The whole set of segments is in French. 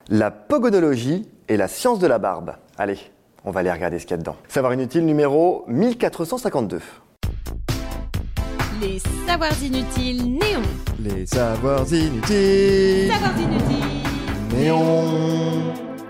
La pogonologie et la science de la barbe. Allez, on va aller regarder ce qu'il y a dedans. Savoir inutile numéro 1452. Les savoirs inutiles néons. Les savoirs inutiles. Savoirs inutiles néons.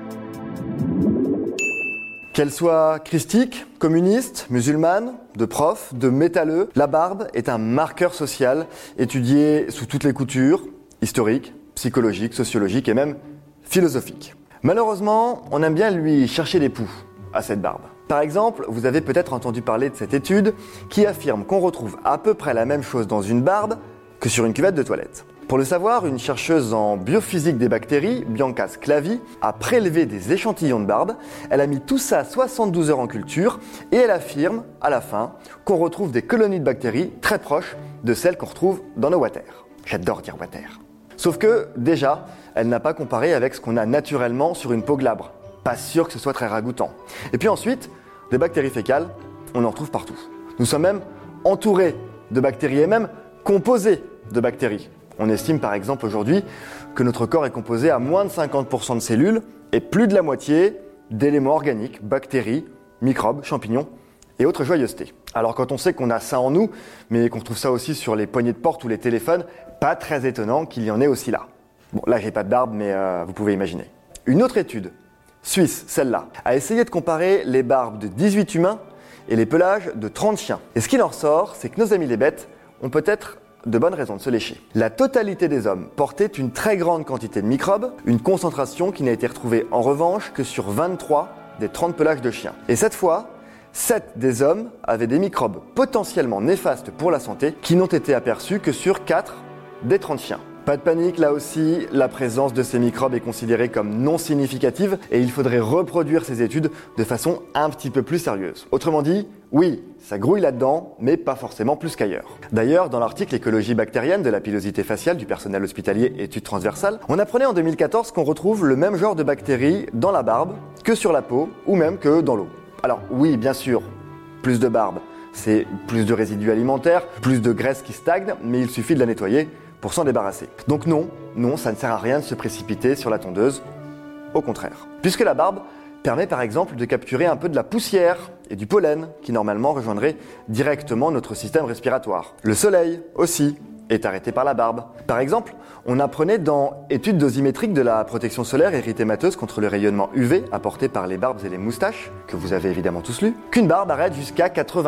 Qu'elle soit christique, communiste, musulmane, de prof, de métalleux, la barbe est un marqueur social étudié sous toutes les coutures, historique, psychologique, sociologique et même philosophique. Malheureusement, on aime bien lui chercher des poux à cette barbe. Par exemple, vous avez peut-être entendu parler de cette étude qui affirme qu'on retrouve à peu près la même chose dans une barbe que sur une cuvette de toilette. Pour le savoir, une chercheuse en biophysique des bactéries, Bianca Sclavi, a prélevé des échantillons de barbe. Elle a mis tout ça 72 heures en culture et elle affirme, à la fin, qu'on retrouve des colonies de bactéries très proches de celles qu'on retrouve dans nos water. J'adore dire water. Sauf que, déjà, elle n'a pas comparé avec ce qu'on a naturellement sur une peau glabre. Pas sûr que ce soit très ragoûtant. Et puis ensuite, des bactéries fécales, on en retrouve partout. Nous sommes même entourés de bactéries et même composés de bactéries. On estime par exemple aujourd'hui que notre corps est composé à moins de 50% de cellules et plus de la moitié d'éléments organiques, bactéries, microbes, champignons et autres joyeusetés. Alors quand on sait qu'on a ça en nous, mais qu'on trouve ça aussi sur les poignées de porte ou les téléphones, pas très étonnant qu'il y en ait aussi là. Bon, là j'ai pas de barbe, mais vous pouvez imaginer. Une autre étude, suisse, celle-là, a essayé de comparer les barbes de 18 humains et les pelages de 30 chiens. Et ce qu'il en ressort, c'est que nos amis les bêtes ont peut-être de bonnes raisons de se lécher. La totalité des hommes portait une très grande quantité de microbes, une concentration qui n'a été retrouvée en revanche que sur 23 des 30 pelages de chiens. Et cette fois, 7 des hommes avaient des microbes potentiellement néfastes pour la santé qui n'ont été aperçus que sur 4 des 30 chiens. Pas de panique, là aussi, la présence de ces microbes est considérée comme non significative et il faudrait reproduire ces études de façon un petit peu plus sérieuse. Autrement dit, oui, ça grouille là-dedans, mais pas forcément plus qu'ailleurs. D'ailleurs, dans l'article Écologie bactérienne de la pilosité faciale du personnel hospitalier études transversales, on apprenait en 2014 qu'on retrouve le même genre de bactéries dans la barbe que sur la peau ou même que dans l'eau. Alors oui, bien sûr, plus de barbe, c'est plus de résidus alimentaires, plus de graisse qui stagne, mais il suffit de la nettoyer pour s'en débarrasser. Donc non, ça ne sert à rien de se précipiter sur la tondeuse, au contraire. Puisque la barbe permet par exemple de capturer un peu de la poussière et du pollen qui normalement rejoindrait directement notre système respiratoire. Le soleil aussi est arrêté par la barbe. Par exemple, on apprenait dans études dosimétriques de la protection solaire érythémateuse contre le rayonnement UV apporté par les barbes et les moustaches, que vous avez évidemment tous lu, qu'une barbe arrête jusqu'à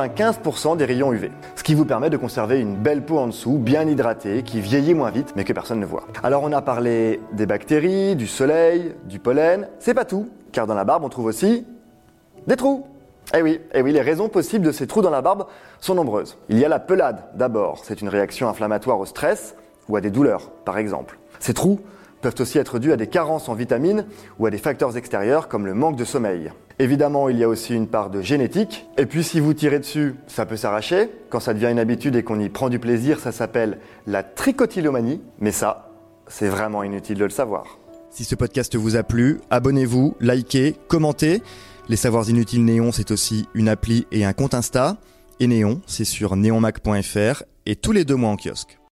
95% des rayons UV. Ce qui vous permet de conserver une belle peau en dessous, bien hydratée, qui vieillit moins vite, mais que personne ne voit. Alors on a parlé des bactéries, du soleil, du pollen, c'est pas tout, car dans la barbe on trouve aussi des trous. Eh oui, les raisons possibles de ces trous dans la barbe sont nombreuses. Il y a la pelade, d'abord. C'est une réaction inflammatoire au stress ou à des douleurs, par exemple. Ces trous peuvent aussi être dus à des carences en vitamines ou à des facteurs extérieurs comme le manque de sommeil. Évidemment, il y a aussi une part de génétique. Et puis, si vous tirez dessus, ça peut s'arracher. Quand ça devient une habitude et qu'on y prend du plaisir, ça s'appelle la trichotillomanie. Mais ça, c'est vraiment inutile de le savoir. Si ce podcast vous a plu, abonnez-vous, likez, commentez. Les Savoirs Inutiles Néon, c'est aussi une appli et un compte Insta. Et Néon, c'est sur neonmac.fr et tous les 2 mois en kiosque.